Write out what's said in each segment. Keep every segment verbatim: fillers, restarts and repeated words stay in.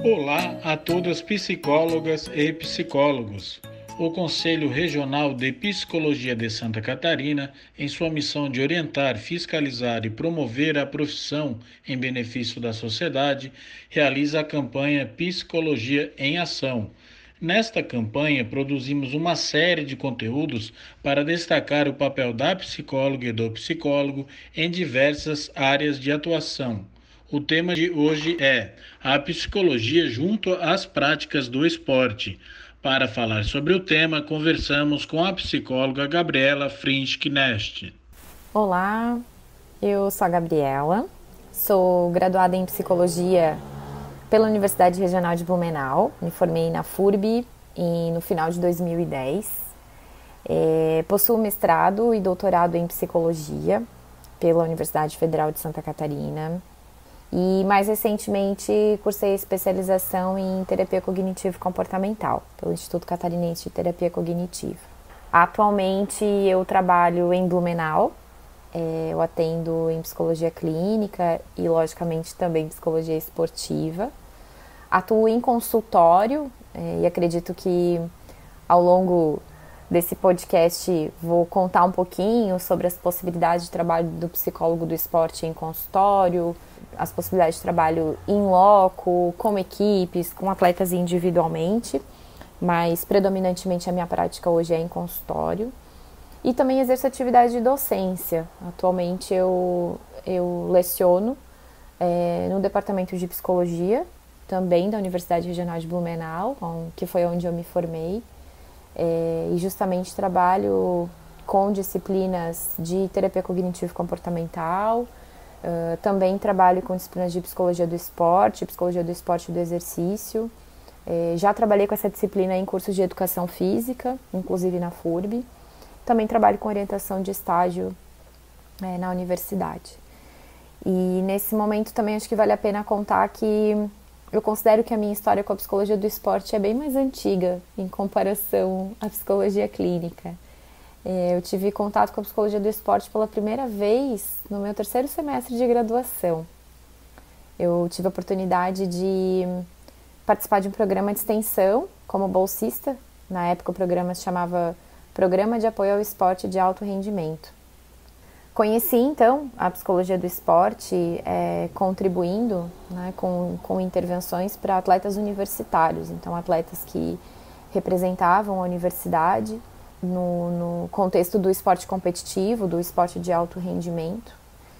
Olá a todas psicólogas e psicólogos. O Conselho Regional de Psicologia de Santa Catarina, em sua missão de orientar, fiscalizar e promover a profissão em benefício da sociedade, realiza a campanha Psicologia em Ação. Nesta campanha, produzimos uma série de conteúdos para destacar o papel da psicóloga e do psicólogo em diversas áreas de atuação. O tema de hoje é a psicologia junto às práticas do esporte. Para falar sobre o tema, conversamos com a psicóloga Gabriela Frinsch-Knest. Olá, eu sou a Gabriela, sou graduada em psicologia pela Universidade Regional de Blumenau, me formei na F U R B e no final de dois mil e dez. É, possuo mestrado e doutorado em psicologia pela Universidade Federal de Santa Catarina. E mais recentemente cursei especialização em terapia cognitivo-comportamental pelo Instituto Catarinense de Terapia Cognitiva. Atualmente eu trabalho em Blumenau, é, eu atendo em psicologia clínica e logicamente também psicologia esportiva. Atuo em consultório é, e acredito que ao longo desse podcast vou contar um pouquinho sobre as possibilidades de trabalho do psicólogo do esporte em consultório, as possibilidades de trabalho em loco, com equipes, com atletas individualmente, mas predominantemente a minha prática hoje é em consultório. E também exerço atividade de docência. Atualmente eu, eu leciono é, no departamento de psicologia, também da Universidade Regional de Blumenau, que foi onde eu me formei. É, e justamente trabalho com disciplinas de terapia cognitivo-comportamental, uh, também trabalho com disciplinas de psicologia do esporte, psicologia do esporte e do exercício. É, já trabalhei com essa disciplina em cursos de educação física, inclusive na F U R B. Também trabalho com orientação de estágio é, na universidade. E nesse momento também acho que vale a pena contar que eu considero que a minha história com a psicologia do esporte é bem mais antiga em comparação à psicologia clínica. Eu tive contato com a psicologia do esporte pela primeira vez no meu terceiro semestre de graduação. Eu tive a oportunidade de participar de um programa de extensão como bolsista. Na época o programa se chamava Programa de Apoio ao Esporte de Alto Rendimento. Conheci, então, a psicologia do esporte é, contribuindo né, com, com intervenções para atletas universitários, então atletas que representavam a universidade no, no contexto do esporte competitivo, do esporte de alto rendimento.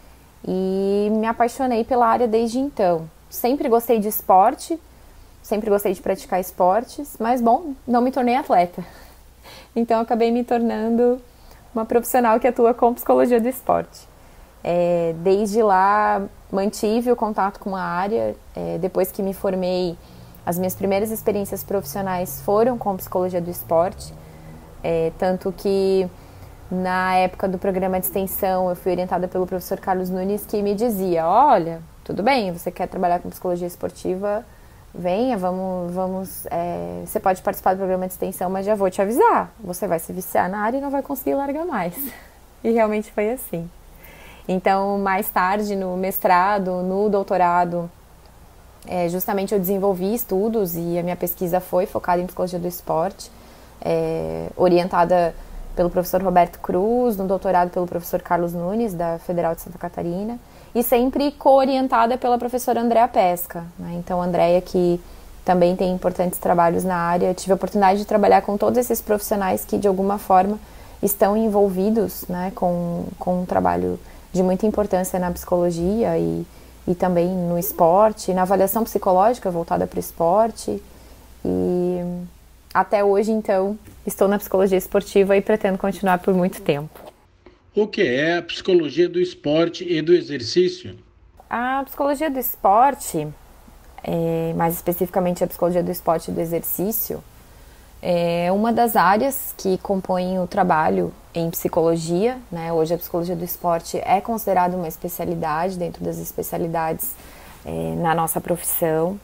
E me apaixonei pela área desde então. Sempre gostei de esporte, sempre gostei de praticar esportes, mas, bom, não me tornei atleta. Então, acabei me tornando uma profissional que atua com psicologia do esporte. É, desde lá, mantive o contato com a área. É, depois que me formei, as minhas primeiras experiências profissionais foram com psicologia do esporte. É, tanto que, na época do programa de extensão, eu fui orientada pelo professor Carlos Nunes, que me dizia, olha, tudo bem, você quer trabalhar com psicologia esportiva, venha, vamos, vamos é, você pode participar do programa de extensão, mas já vou te avisar, você vai se viciar na área e não vai conseguir largar mais. E realmente foi assim. Então, mais tarde, no mestrado, no doutorado, é, justamente eu desenvolvi estudos e a minha pesquisa foi focada em psicologia do esporte, é, orientada pelo professor Roberto Cruz, no doutorado pelo professor Carlos Nunes, da Federal de Santa Catarina, e sempre co-orientada pela professora Andréa Pesca. Né? Então, a Andréa, que também tem importantes trabalhos na área, tive a oportunidade de trabalhar com todos esses profissionais que, de alguma forma, estão envolvidos né, com, com um trabalho de muita importância na psicologia e, e também no esporte, na avaliação psicológica voltada para o esporte. E até hoje, então, estou na psicologia esportiva e pretendo continuar por muito tempo. O que é a psicologia do esporte e do exercício? A psicologia do esporte, é, mais especificamente a psicologia do esporte e do exercício, é uma das áreas que compõem o trabalho em psicologia. Né? Hoje a psicologia do esporte é considerada uma especialidade dentro das especialidades é, na nossa profissão.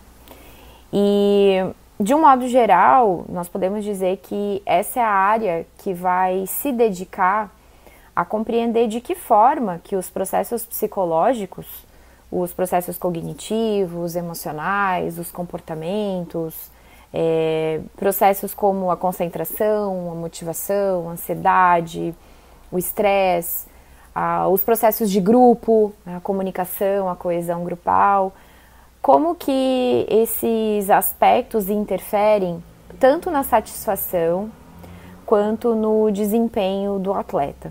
E, de um modo geral, nós podemos dizer que essa é a área que vai se dedicar a compreender de que forma que os processos psicológicos, os processos cognitivos, emocionais, os comportamentos, é, processos como a concentração, a motivação, a ansiedade, o estresse, ah, os processos de grupo, a comunicação, a coesão grupal, como que esses aspectos interferem tanto na satisfação quanto no desempenho do atleta.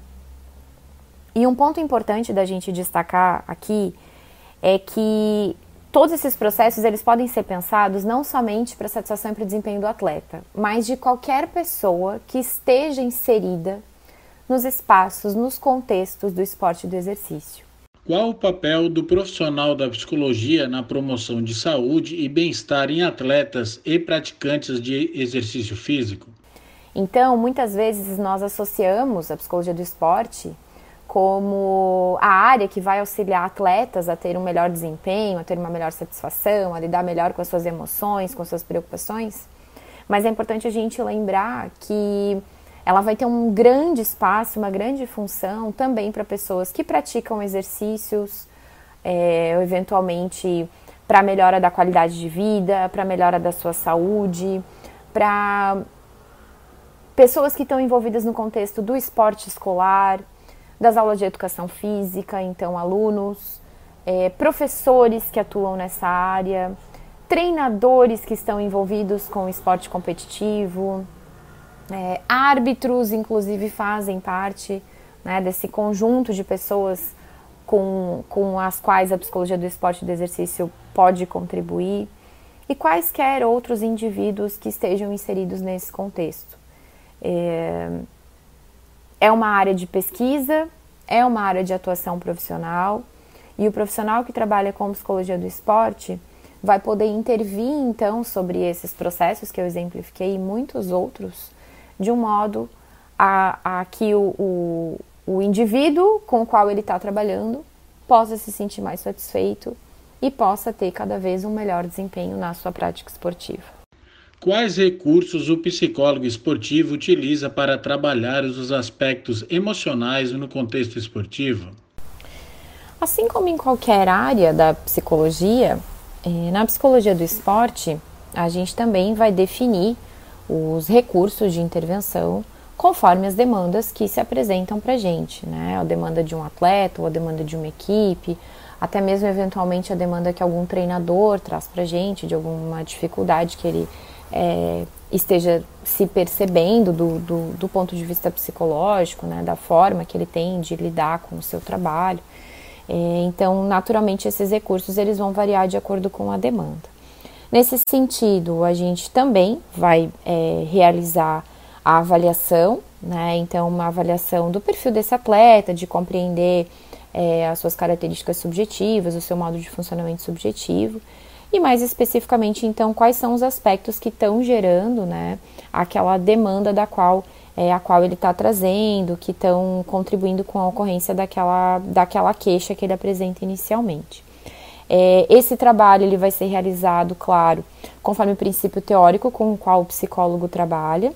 E um ponto importante da gente destacar aqui é que todos esses processos eles podem ser pensados não somente para a satisfação e para o desempenho do atleta, mas de qualquer pessoa que esteja inserida nos espaços, nos contextos do esporte e do exercício. Qual o papel do profissional da psicologia na promoção de saúde e bem-estar em atletas e praticantes de exercício físico? Então, muitas vezes nós associamos a psicologia do esporte como a área que vai auxiliar atletas a ter um melhor desempenho, a ter uma melhor satisfação, a lidar melhor com as suas emoções, com as suas preocupações. Mas é importante a gente lembrar que ela vai ter um grande espaço, uma grande função também para pessoas que praticam exercícios, é, eventualmente para a melhora da qualidade de vida, para a melhora da sua saúde, para pessoas que estão envolvidas no contexto do esporte escolar, das aulas de educação física, então alunos, é, professores que atuam nessa área, treinadores que estão envolvidos com o esporte competitivo, é, árbitros, inclusive, fazem parte, né, desse conjunto de pessoas com, com as quais a psicologia do esporte e do exercício pode contribuir, e quaisquer outros indivíduos que estejam inseridos nesse contexto. É, é uma área de pesquisa, é uma área de atuação profissional, e o profissional que trabalha com psicologia do esporte vai poder intervir, então, sobre esses processos que eu exemplifiquei e muitos outros, de um modo a, a que o, o, o indivíduo com o qual ele está trabalhando possa se sentir mais satisfeito e possa ter cada vez um melhor desempenho na sua prática esportiva. Quais recursos o psicólogo esportivo utiliza para trabalhar os aspectos emocionais no contexto esportivo? Assim como em qualquer área da psicologia, na psicologia do esporte, a gente também vai definir os recursos de intervenção conforme as demandas que se apresentam para a gente, né? A demanda de um atleta, ou a demanda de uma equipe, até mesmo eventualmente a demanda que algum treinador traz para a gente, de alguma dificuldade que ele é, esteja se percebendo do, do, do ponto de vista psicológico, né? Da forma que ele tem de lidar com o seu trabalho. É, então, naturalmente, esses recursos eles vão variar de acordo com a demanda. Nesse sentido, a gente também vai é, realizar a avaliação, né? Então, uma avaliação do perfil desse atleta, de compreender é, as suas características subjetivas, o seu modo de funcionamento subjetivo, e mais especificamente, então, quais são os aspectos que estão gerando, né, aquela demanda da qual, é, a qual ele está trazendo, que estão contribuindo com a ocorrência daquela, daquela queixa que ele apresenta inicialmente. É, esse trabalho ele vai ser realizado, claro, conforme o princípio teórico com o qual o psicólogo trabalha,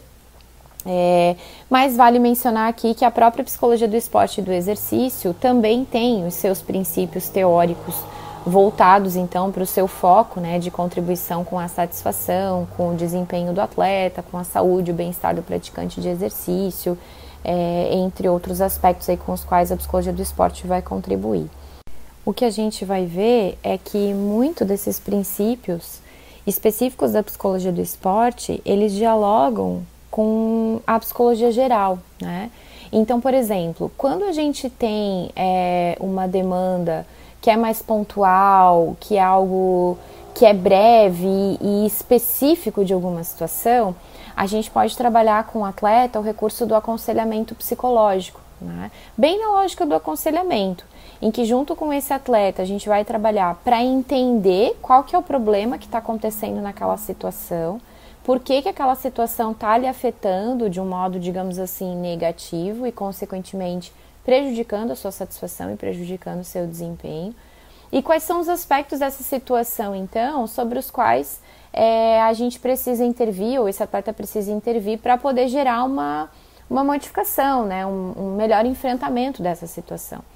é, mas vale mencionar aqui que a própria psicologia do esporte e do exercício também tem os seus princípios teóricos voltados então para o seu foco, né, de contribuição com a satisfação, com o desempenho do atleta, com a saúde e o bem-estar do praticante de exercício, é, entre outros aspectos aí com os quais a psicologia do esporte vai contribuir. O que a gente vai ver é que muito desses princípios específicos da psicologia do esporte, eles dialogam com a psicologia geral, né? Então, por exemplo, quando a gente tem é, uma demanda que é mais pontual, que é algo que é breve e específico de alguma situação, a gente pode trabalhar com o atleta o recurso do aconselhamento psicológico, né? Bem na lógica do aconselhamento, em que junto com esse atleta a gente vai trabalhar para entender qual que é o problema que está acontecendo naquela situação, por que que aquela situação está lhe afetando de um modo, digamos assim, negativo e, consequentemente, prejudicando a sua satisfação e prejudicando o seu desempenho. E quais são os aspectos dessa situação, então, sobre os quais é, a gente precisa intervir, ou esse atleta precisa intervir, para poder gerar uma, uma modificação, né? um, um melhor enfrentamento dessa situação.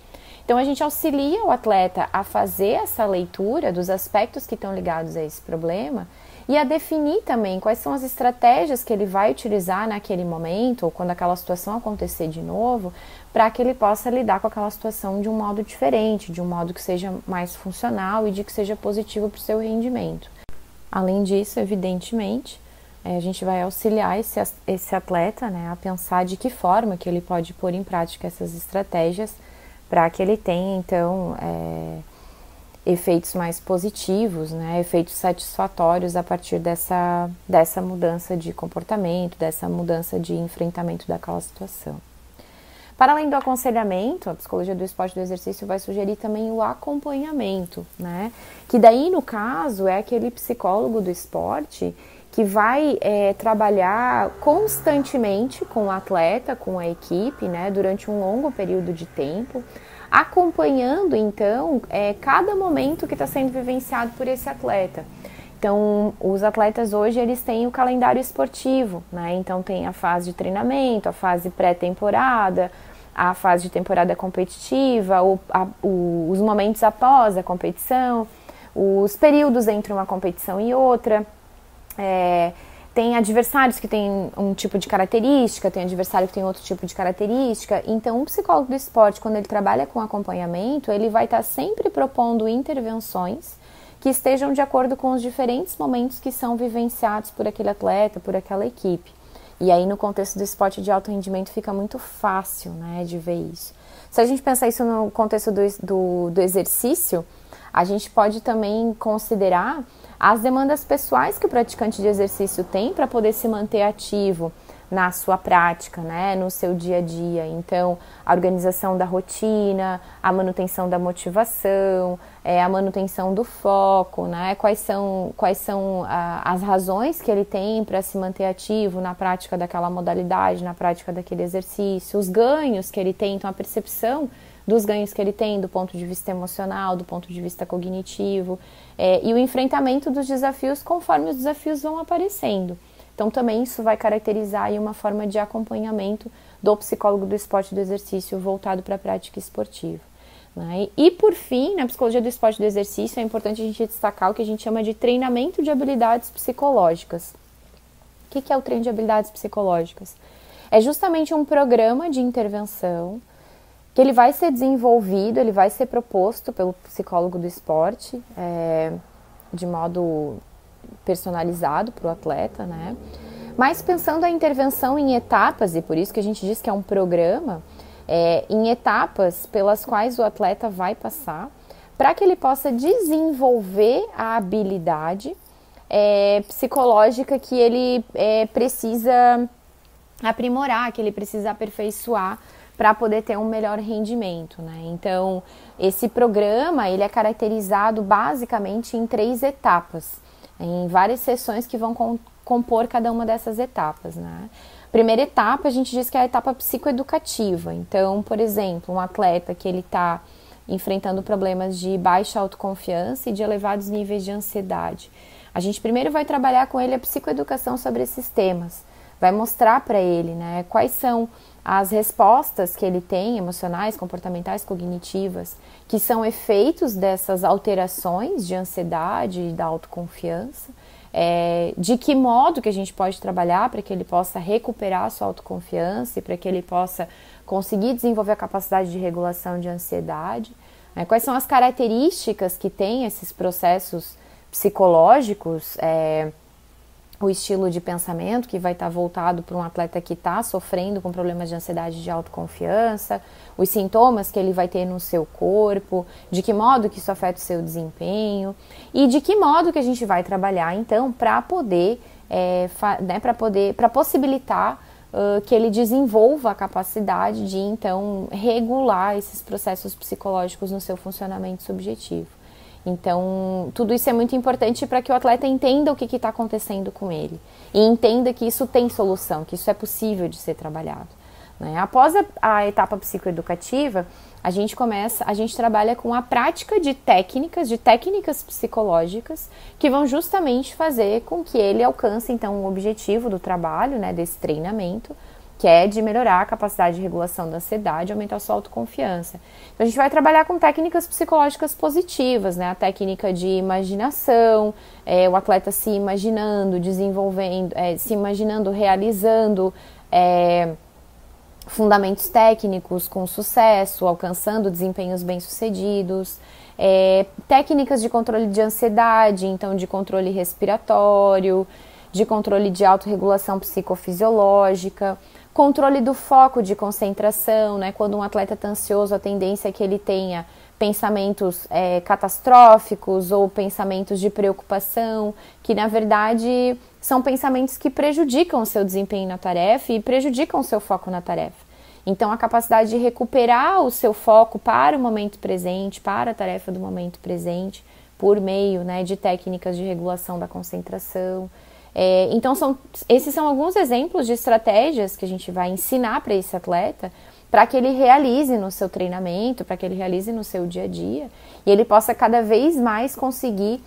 Então a gente auxilia o atleta a fazer essa leitura dos aspectos que estão ligados a esse problema e a definir também quais são as estratégias que ele vai utilizar naquele momento ou quando aquela situação acontecer de novo, para que ele possa lidar com aquela situação de um modo diferente, de um modo que seja mais funcional e de que seja positivo para o seu rendimento. Além disso, evidentemente, a gente vai auxiliar esse, esse atleta, né, a pensar de que forma que ele pode pôr em prática essas estratégias para que ele tenha, então, é, efeitos mais positivos, né, efeitos satisfatórios a partir dessa, dessa mudança de comportamento, dessa mudança de enfrentamento daquela situação. Para além do aconselhamento, a psicologia do esporte e do exercício vai sugerir também o acompanhamento, né? Que daí, no caso, é aquele psicólogo do esporte que vai é, trabalhar constantemente com o atleta, com a equipe, né? Durante um longo período de tempo, acompanhando, então, é, cada momento que está sendo vivenciado por esse atleta. Então, os atletas hoje, eles têm o calendário esportivo, né? Então, tem a fase de treinamento, a fase pré-temporada, a fase de temporada competitiva, o, a, o, os momentos após a competição, os períodos entre uma competição e outra. É, tem adversários que têm um tipo de característica, tem adversário que tem outro tipo de característica. Então, o psicólogo do esporte, quando ele trabalha com acompanhamento, ele vai estar sempre propondo intervenções que estejam de acordo com os diferentes momentos que são vivenciados por aquele atleta, por aquela equipe. E aí, no contexto do esporte de alto rendimento, fica muito fácil, né, de ver isso. Se a gente pensar isso no contexto do, do, do exercício, a gente pode também considerar as demandas pessoais que o praticante de exercício tem para poder se manter ativo na sua prática, né, no seu dia a dia. Então, a organização da rotina, a manutenção da motivação, é, a manutenção do foco, né, quais são, quais são a, as razões que ele tem para se manter ativo na prática daquela modalidade, na prática daquele exercício, os ganhos que ele tem, então a percepção dos ganhos que ele tem do ponto de vista emocional, do ponto de vista cognitivo, é, e o enfrentamento dos desafios conforme os desafios vão aparecendo. Então, também isso vai caracterizar aí uma forma de acompanhamento do psicólogo do esporte e do exercício voltado para a prática esportiva, né? E, por fim, na psicologia do esporte e do exercício, é importante a gente destacar o que a gente chama de treinamento de habilidades psicológicas. O que que é o treino de habilidades psicológicas? É justamente um programa de intervenção que ele vai ser desenvolvido, ele vai ser proposto pelo psicólogo do esporte, é, de modo personalizado para o atleta, né? Mas pensando a intervenção em etapas, e por isso que a gente diz que é um programa, é, em etapas pelas quais o atleta vai passar, para que ele possa desenvolver a habilidade é, psicológica que ele é, precisa aprimorar, que ele precisa aperfeiçoar para poder ter um melhor rendimento, né? Então, esse programa, ele é caracterizado basicamente em três etapas, em várias sessões que vão compor cada uma dessas etapas, né? Primeira etapa, a gente diz que é a etapa psicoeducativa. Então, por exemplo, um atleta que ele está enfrentando problemas de baixa autoconfiança e de elevados níveis de ansiedade. A gente primeiro vai trabalhar com ele a psicoeducação sobre esses temas, vai mostrar para ele, né, quais são as respostas que ele tem, emocionais, comportamentais, cognitivas, que são efeitos dessas alterações de ansiedade e da autoconfiança, é, de que modo que a gente pode trabalhar para que ele possa recuperar a sua autoconfiança e para que ele possa conseguir desenvolver a capacidade de regulação de ansiedade, né, quais são as características que tem esses processos psicológicos, é, o estilo de pensamento que vai estar voltado para um atleta que está sofrendo com problemas de ansiedade e de autoconfiança, os sintomas que ele vai ter no seu corpo, de que modo que isso afeta o seu desempenho e de que modo que a gente vai trabalhar então para poder, é, né, para poder, para possibilitar uh, que ele desenvolva a capacidade de então regular esses processos psicológicos no seu funcionamento subjetivo. Então, tudo isso é muito importante para que o atleta entenda o que está acontecendo com ele e entenda que isso tem solução, que isso é possível de ser trabalhado, né? Após a, a etapa psicoeducativa, a gente começa, a gente trabalha com a prática de técnicas, de técnicas psicológicas que vão justamente fazer com que ele alcance então o objetivo do trabalho, né, desse treinamento, que é de melhorar a capacidade de regulação da ansiedade e aumentar a sua autoconfiança. Então, a gente vai trabalhar com técnicas psicológicas positivas, né? A técnica de imaginação, é, o atleta se imaginando, desenvolvendo, é, se imaginando, realizando é, fundamentos técnicos com sucesso, alcançando desempenhos bem-sucedidos. É, técnicas de controle de ansiedade, então de controle respiratório, de controle de autorregulação psicofisiológica, controle do foco de concentração, né? Quando um atleta está ansioso, a tendência é que ele tenha pensamentos é, catastróficos ou pensamentos de preocupação, que na verdade são pensamentos que prejudicam o seu desempenho na tarefa e prejudicam o seu foco na tarefa. Então, a capacidade de recuperar o seu foco para o momento presente, para a tarefa do momento presente, por meio, né, de técnicas de regulação da concentração. É, então, são, esses são alguns exemplos de estratégias que a gente vai ensinar para esse atleta, para que ele realize no seu treinamento, para que ele realize no seu dia a dia, e ele possa cada vez mais conseguir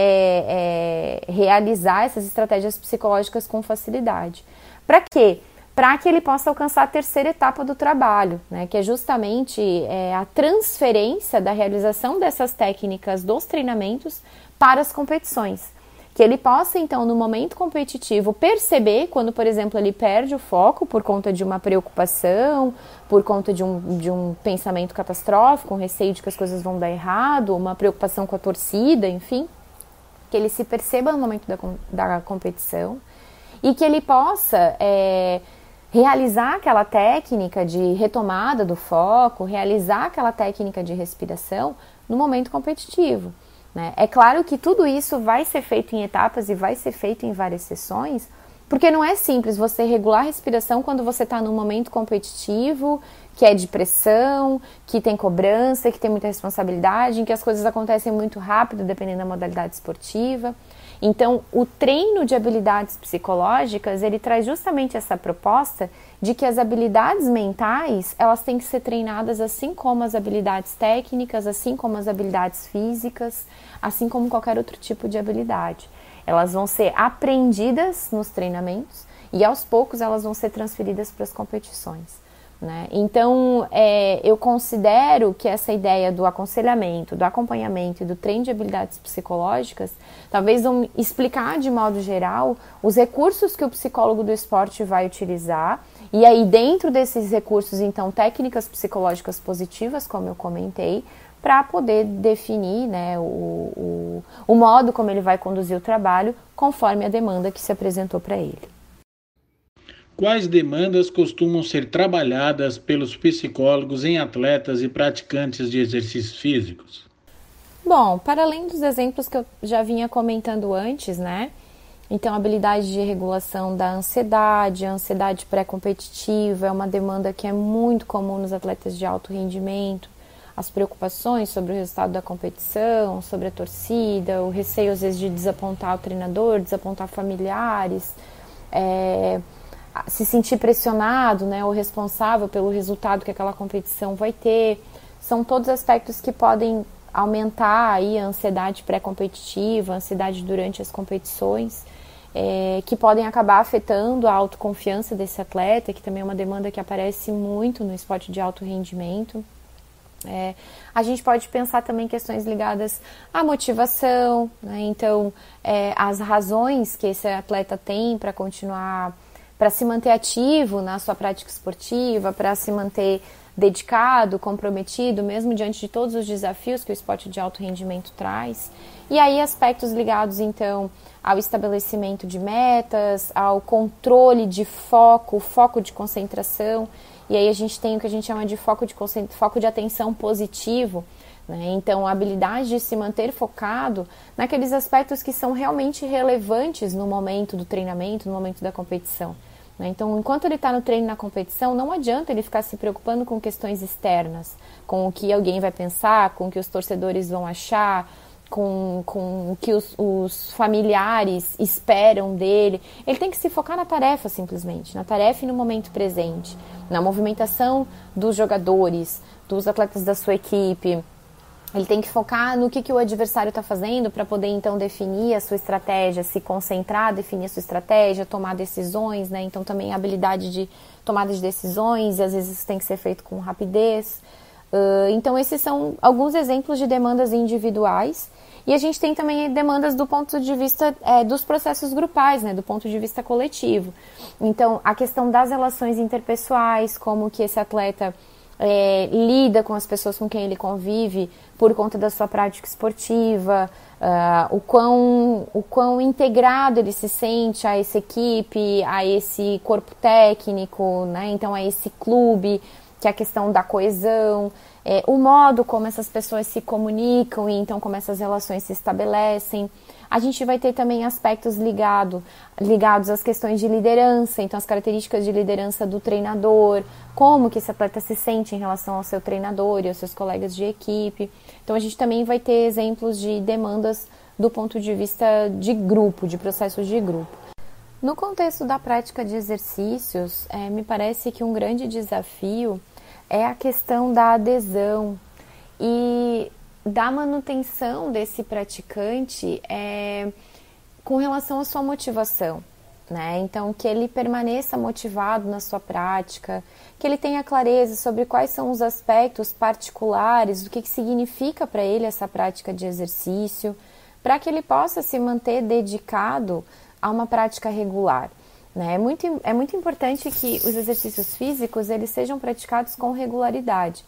é, é, realizar essas estratégias psicológicas com facilidade. Para quê? Para que ele possa alcançar a terceira etapa do trabalho, né, que é justamente é, a transferência da realização dessas técnicas dos treinamentos para as competições. Que ele possa, então, no momento competitivo, perceber quando, por exemplo, ele perde o foco por conta de uma preocupação, por conta de um, de um pensamento catastrófico, um receio de que as coisas vão dar errado, uma preocupação com a torcida, enfim, que ele se perceba no momento da, da competição e que ele possa é, realizar aquela técnica de retomada do foco, realizar aquela técnica de respiração no momento competitivo. Né? É claro que tudo isso vai ser feito em etapas e vai ser feito em várias sessões, porque não é simples você regular a respiração quando você está num momento competitivo, que é de pressão, que tem cobrança, que tem muita responsabilidade, em que as coisas acontecem muito rápido, dependendo da modalidade esportiva. Então, o treino de habilidades psicológicas, ele traz justamente essa proposta de que as habilidades mentais, elas têm que ser treinadas assim como as habilidades técnicas, assim como as habilidades físicas, assim como qualquer outro tipo de habilidade. Elas vão ser aprendidas nos treinamentos e aos poucos elas vão ser transferidas para as competições. Né? Então, é, eu considero que essa ideia do aconselhamento, do acompanhamento e do treino de habilidades psicológicas talvez vão explicar de modo geral os recursos que o psicólogo do esporte vai utilizar e aí dentro desses recursos, então, técnicas psicológicas positivas, como eu comentei, para poder definir, né, o, o, o modo como ele vai conduzir o trabalho conforme a demanda que se apresentou para ele. Quais demandas costumam ser trabalhadas pelos psicólogos em atletas e praticantes de exercícios físicos? Bom, para além dos exemplos que eu já vinha comentando antes, né? Então, a habilidade de regulação da ansiedade, a ansiedade pré-competitiva é uma demanda que é muito comum nos atletas de alto rendimento. As preocupações sobre o resultado da competição, sobre a torcida, o receio às vezes de desapontar o treinador, desapontar familiares, é... se sentir pressionado, né, ou responsável pelo resultado que aquela competição vai ter, são todos aspectos que podem aumentar aí a ansiedade pré-competitiva, a ansiedade durante as competições, é, que podem acabar afetando a autoconfiança desse atleta, que também é uma demanda que aparece muito no esporte de alto rendimento. É, a gente pode pensar também questões ligadas à motivação, né, então é, as razões que esse atleta tem para continuar, para se manter ativo na sua prática esportiva, para se manter dedicado, comprometido, mesmo diante de todos os desafios que o esporte de alto rendimento traz. E aí aspectos ligados, então, ao estabelecimento de metas, ao controle de foco, foco de concentração. E aí a gente tem o que a gente chama de foco de, foco de atenção positivo, né? Então, a habilidade de se manter focado naqueles aspectos que são realmente relevantes no momento do treinamento, no momento da competição. Então, enquanto ele está no treino na competição, não adianta ele ficar se preocupando com questões externas, com o que alguém vai pensar, com o que os torcedores vão achar, com, com o que os, os familiares esperam dele. Ele tem que se focar na tarefa, simplesmente, na tarefa e no momento presente, na movimentação dos jogadores, dos atletas da sua equipe, Ele tem que focar no que, que o adversário está fazendo para poder, então, definir a sua estratégia, se concentrar, definir a sua estratégia, tomar decisões, né? Então, também a habilidade de tomada de decisões, e às vezes isso tem que ser feito com rapidez. Uh, então, esses são alguns exemplos de demandas individuais. E a gente tem também demandas do ponto de vista é, dos processos grupais, né? Do ponto de vista coletivo. Então, a questão das relações interpessoais, como que esse atleta... É, lida com as pessoas com quem ele convive por conta da sua prática esportiva, uh, o, quão, o quão integrado ele se sente a essa equipe, a esse corpo técnico, né? Então a esse clube, que é a questão da coesão, é, o modo como essas pessoas se comunicam e então como essas relações se estabelecem. A gente vai ter também aspectos ligado, ligados às questões de liderança, então as características de liderança do treinador, como que esse atleta se sente em relação ao seu treinador e aos seus colegas de equipe. Então a gente também vai ter exemplos de demandas do ponto de vista de grupo, de processos de grupo. No contexto da prática de exercícios, é, me parece que um grande desafio é a questão da adesão e da manutenção desse praticante é, com relação à sua motivação, né? Então, que ele permaneça motivado na sua prática, que ele tenha clareza sobre quais são os aspectos particulares, o que, que significa para ele essa prática de exercício, para que ele possa se manter dedicado a uma prática regular. Né? É muito, é muito importante que os exercícios físicos eles sejam praticados com regularidade.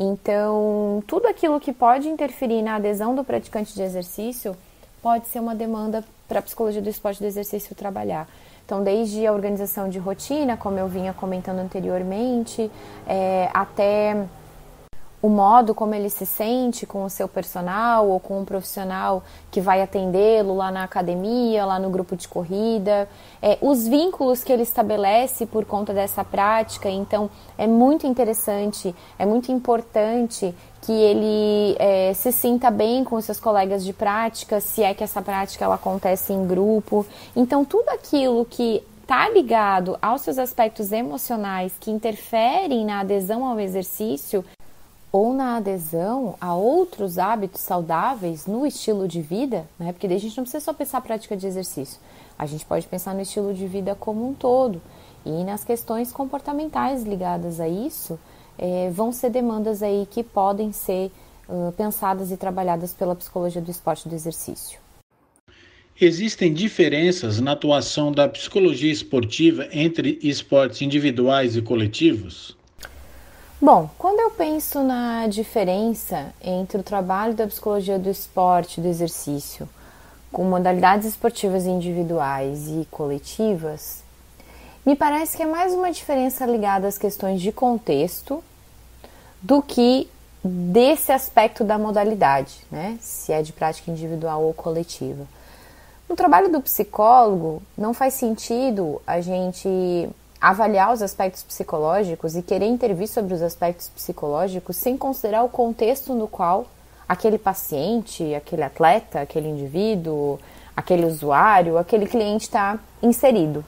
Então, tudo aquilo que pode interferir na adesão do praticante de exercício pode ser uma demanda para a psicologia do esporte e do exercício trabalhar. Então, desde a organização de rotina, como eu vinha comentando anteriormente, é, até o modo como ele se sente com o seu personal ou com um profissional que vai atendê-lo lá na academia, lá no grupo de corrida, é, os vínculos que ele estabelece por conta dessa prática. Então, é muito interessante, é muito importante que ele é, se sinta bem com os seus colegas de prática, se é que essa prática ela acontece em grupo. Então, tudo aquilo que está ligado aos seus aspectos emocionais que interferem na adesão ao exercício ou na adesão a outros hábitos saudáveis no estilo de vida, né? Porque daí a gente não precisa só pensar a prática de exercício, a gente pode pensar no estilo de vida como um todo e nas questões comportamentais ligadas a isso, é, vão ser demandas aí que podem ser uh, pensadas e trabalhadas pela psicologia do esporte e do exercício. Existem diferenças na atuação da psicologia esportiva entre esportes individuais e coletivos? Bom, quando eu penso na diferença entre o trabalho da psicologia do esporte e do exercício com modalidades esportivas individuais e coletivas, me parece que é mais uma diferença ligada às questões de contexto do que desse aspecto da modalidade, né? Se é de prática individual ou coletiva. No trabalho do psicólogo, não faz sentido a gente avaliar os aspectos psicológicos e querer intervir sobre os aspectos psicológicos sem considerar o contexto no qual aquele paciente, aquele atleta, aquele indivíduo, aquele usuário, aquele cliente está inserido.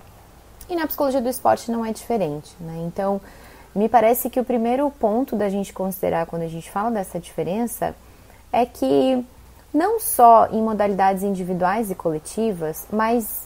E na psicologia do esporte não é diferente, né? Então, me parece que o primeiro ponto da gente considerar quando a gente fala dessa diferença é que não só em modalidades individuais e coletivas, mas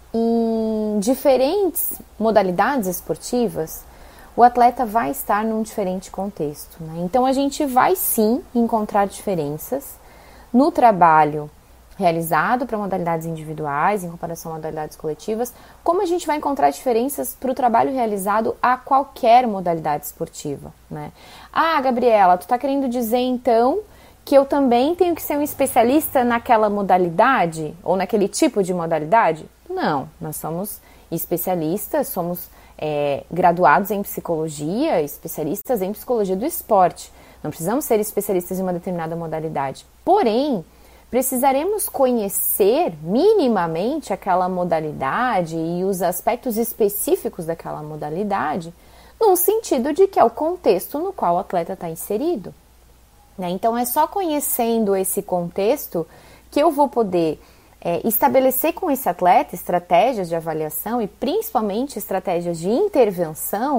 em diferentes modalidades esportivas, o atleta vai estar num diferente contexto, né? Então, a gente vai sim encontrar diferenças no trabalho realizado para modalidades individuais em comparação a modalidades coletivas, como a gente vai encontrar diferenças para o trabalho realizado a qualquer modalidade esportiva, né? Ah, Gabriela, tu está querendo dizer então que eu também tenho que ser um especialista naquela modalidade ou naquele tipo de modalidade? Não, nós somos especialistas, somos é, graduados em psicologia, especialistas em psicologia do esporte. Não precisamos ser especialistas em uma determinada modalidade. Porém, precisaremos conhecer minimamente aquela modalidade e os aspectos específicos daquela modalidade, no sentido de que é o contexto no qual o atleta está inserido, né? Então, é só conhecendo esse contexto que eu vou poder É, estabelecer com esse atleta estratégias de avaliação e principalmente estratégias de intervenção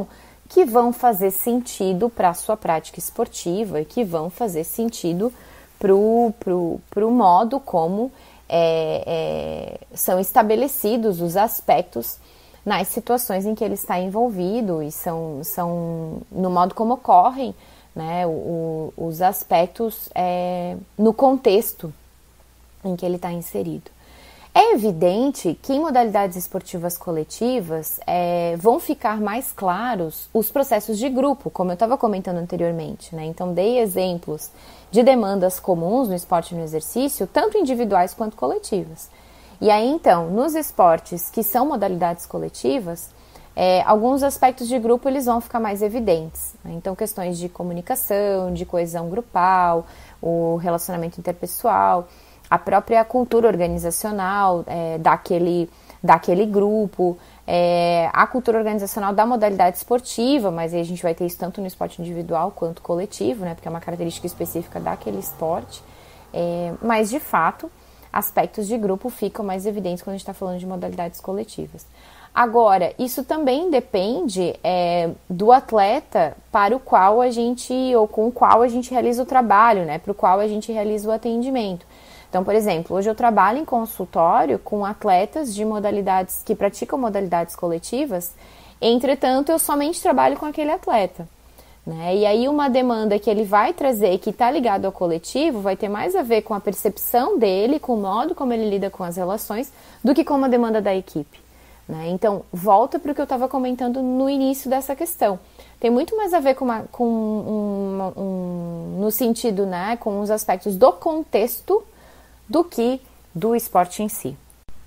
que vão fazer sentido para a sua prática esportiva e que vão fazer sentido para o pro, pro modo como é, é, são estabelecidos os aspectos nas situações em que ele está envolvido e são, são no modo como ocorrem, né, o, os aspectos é, no contexto em que ele está inserido. É evidente que em modalidades esportivas coletivas é, vão ficar mais claros os processos de grupo, como eu estava comentando anteriormente, né? Então, dei exemplos de demandas comuns no esporte e no exercício, tanto individuais quanto coletivas. E aí, então, nos esportes que são modalidades coletivas, é, alguns aspectos de grupo eles vão ficar mais evidentes, né? Então, questões de comunicação, de coesão grupal, o relacionamento interpessoal, a própria cultura organizacional é, daquele, daquele grupo, é, a cultura organizacional da modalidade esportiva, mas aí a gente vai ter isso tanto no esporte individual quanto coletivo, né, porque é uma característica específica daquele esporte, é, mas de fato aspectos de grupo ficam mais evidentes quando a gente está falando de modalidades coletivas. Agora, isso também depende é, do atleta para o qual a gente, ou com o qual a gente realiza o trabalho, né, para o qual a gente realiza o atendimento. Então, por exemplo, hoje eu trabalho em consultório com atletas de modalidades que praticam modalidades coletivas, entretanto, eu somente trabalho com aquele atleta, né? E aí uma demanda que ele vai trazer, que está ligado ao coletivo, vai ter mais a ver com a percepção dele, com o modo como ele lida com as relações, do que com uma demanda da equipe, né? Então, volta para o que eu estava comentando no início dessa questão. Tem muito mais a ver com, uma, com um, um, no sentido, né, com os aspectos do contexto do que do esporte em si.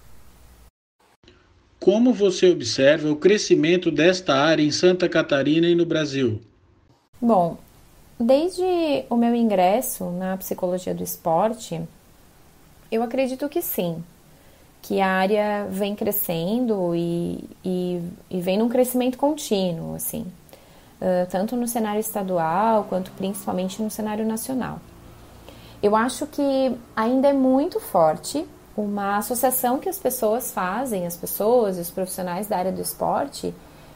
Como você observa o crescimento desta área em Santa Catarina e no Brasil? Bom, desde o meu ingresso na psicologia do esporte, eu acredito que sim, que a área vem crescendo e, e, e vem num crescimento contínuo, assim, uh, tanto no cenário estadual quanto principalmente no cenário nacional. Eu acho que ainda é muito forte uma associação que as pessoas fazem, as pessoas e os profissionais da área do esporte,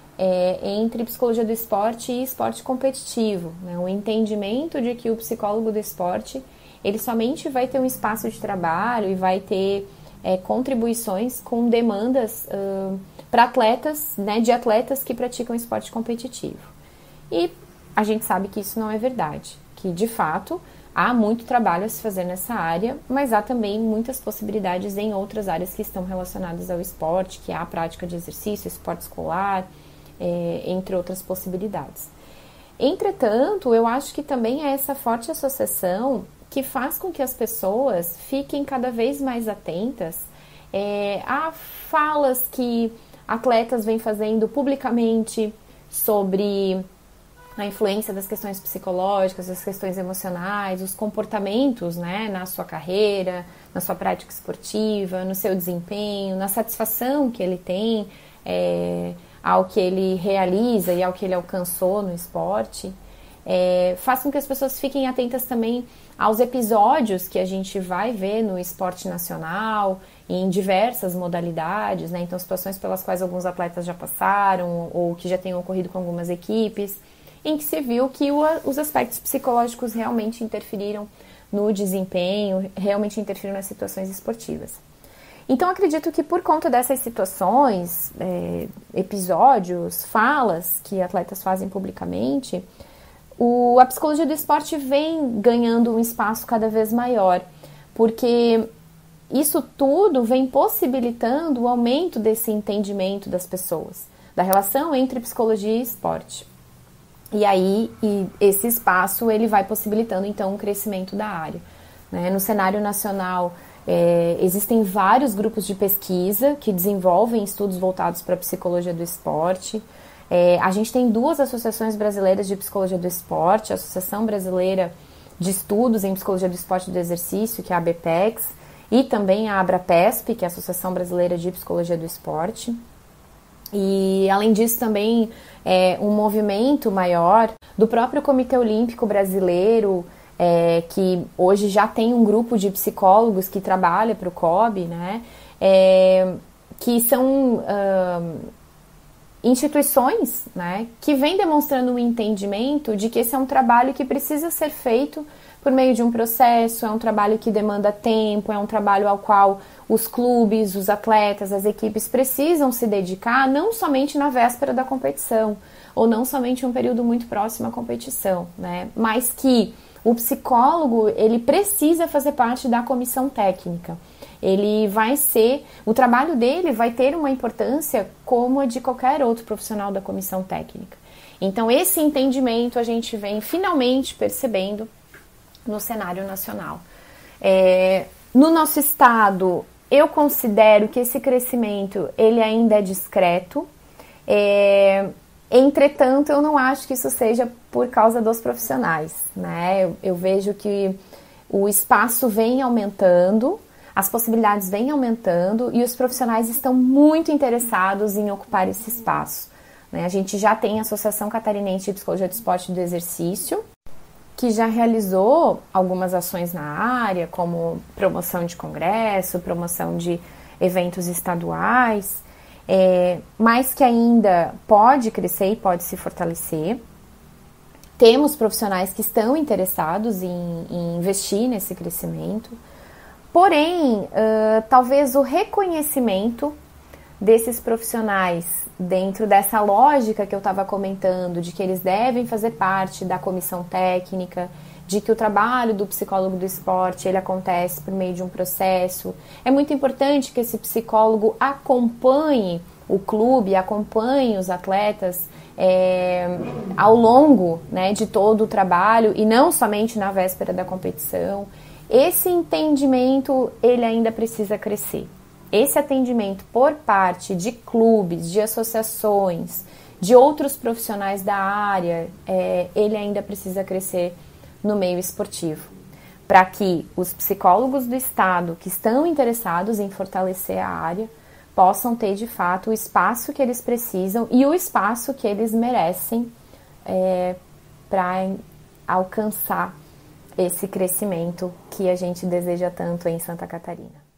é, entre psicologia do esporte e esporte competitivo, né? O entendimento de que o psicólogo do esporte, ele somente vai ter um espaço de trabalho e vai ter é, contribuições com demandas uh, para atletas, né, de atletas que praticam esporte competitivo. E a gente sabe que isso não é verdade, que de fato há muito trabalho a se fazer nessa área, mas há também muitas possibilidades em outras áreas que estão relacionadas ao esporte, que é a prática de exercício, esporte escolar, é, entre outras possibilidades. Entretanto, eu acho que também é essa forte associação que faz com que as pessoas fiquem cada vez mais atentas é, a falas que atletas vêm fazendo publicamente sobre a influência das questões psicológicas, das questões emocionais, os comportamentos, né, na sua carreira, na sua prática esportiva, no seu desempenho, na satisfação que ele tem é, ao que ele realiza e ao que ele alcançou no esporte, é, faz com que as pessoas fiquem atentas também aos episódios que a gente vai ver no esporte nacional, em diversas modalidades, né, então situações pelas quais alguns atletas já passaram ou que já tenham ocorrido com algumas equipes, em que se viu que o, os aspectos psicológicos realmente interferiram no desempenho, realmente interferiram nas situações esportivas. Então, acredito que por conta dessas situações, é, episódios, falas que atletas fazem publicamente, o, a psicologia do esporte vem ganhando um espaço cada vez maior, porque isso tudo vem possibilitando o aumento desse entendimento das pessoas, da relação entre psicologia e esporte. E aí, e esse espaço, ele vai possibilitando, então, o crescimento da área, né? No cenário nacional, é, existem vários grupos de pesquisa que desenvolvem estudos voltados para a psicologia do esporte. É, a gente tem duas associações brasileiras de psicologia do esporte, a Associação Brasileira de Estudos em Psicologia do Esporte e do Exercício, que é a ABPEX, e também a ABRAPESP, que é a Associação Brasileira de Psicologia do Esporte. E, além disso, também é um movimento maior do próprio Comitê Olímpico Brasileiro, é, que hoje já tem um grupo de psicólogos que trabalha para o C O B, né, é, que são uh, instituições, né, que vêm demonstrando um entendimento de que esse é um trabalho que precisa ser feito por meio de um processo, é um trabalho que demanda tempo, é um trabalho ao qual os clubes, os atletas, as equipes precisam se dedicar, não somente na véspera da competição, ou não somente em um período muito próximo à competição, né? Mas que o psicólogo, ele precisa fazer parte da comissão técnica. Ele vai ser, o trabalho dele vai ter uma importância como a de qualquer outro profissional da comissão técnica. Então, esse entendimento a gente vem finalmente percebendo no cenário nacional. É, no nosso estado, eu considero que esse crescimento ele ainda é discreto. É, entretanto, eu não acho que isso seja por causa dos profissionais, né? Eu, eu vejo que o espaço vem aumentando, as possibilidades vêm aumentando e os profissionais estão muito interessados em ocupar esse espaço, né? A gente já tem a Associação Catarinense de Psicologia do Esporte e do Exercício, que já realizou algumas ações na área, como promoção de congresso, promoção de eventos estaduais, é, mas que ainda pode crescer e pode se fortalecer. Temos profissionais que estão interessados em, em investir nesse crescimento, porém, uh, talvez o reconhecimento desses profissionais dentro dessa lógica que eu estava comentando, de que eles devem fazer parte da comissão técnica, de que o trabalho do psicólogo do esporte ele acontece por meio de um processo. É muito importante que esse psicólogo acompanhe o clube, acompanhe os atletas é, ao longo, né, de todo o trabalho e não somente na véspera da competição. Esse entendimento ele ainda precisa crescer. Esse atendimento por parte de clubes, de associações, de outros profissionais da área, é, ele ainda precisa crescer no meio esportivo, para que os psicólogos do estado que estão interessados em fortalecer a área possam ter de fato o espaço que eles precisam e o espaço que eles merecem é, para alcançar esse crescimento que a gente deseja tanto em Santa Catarina.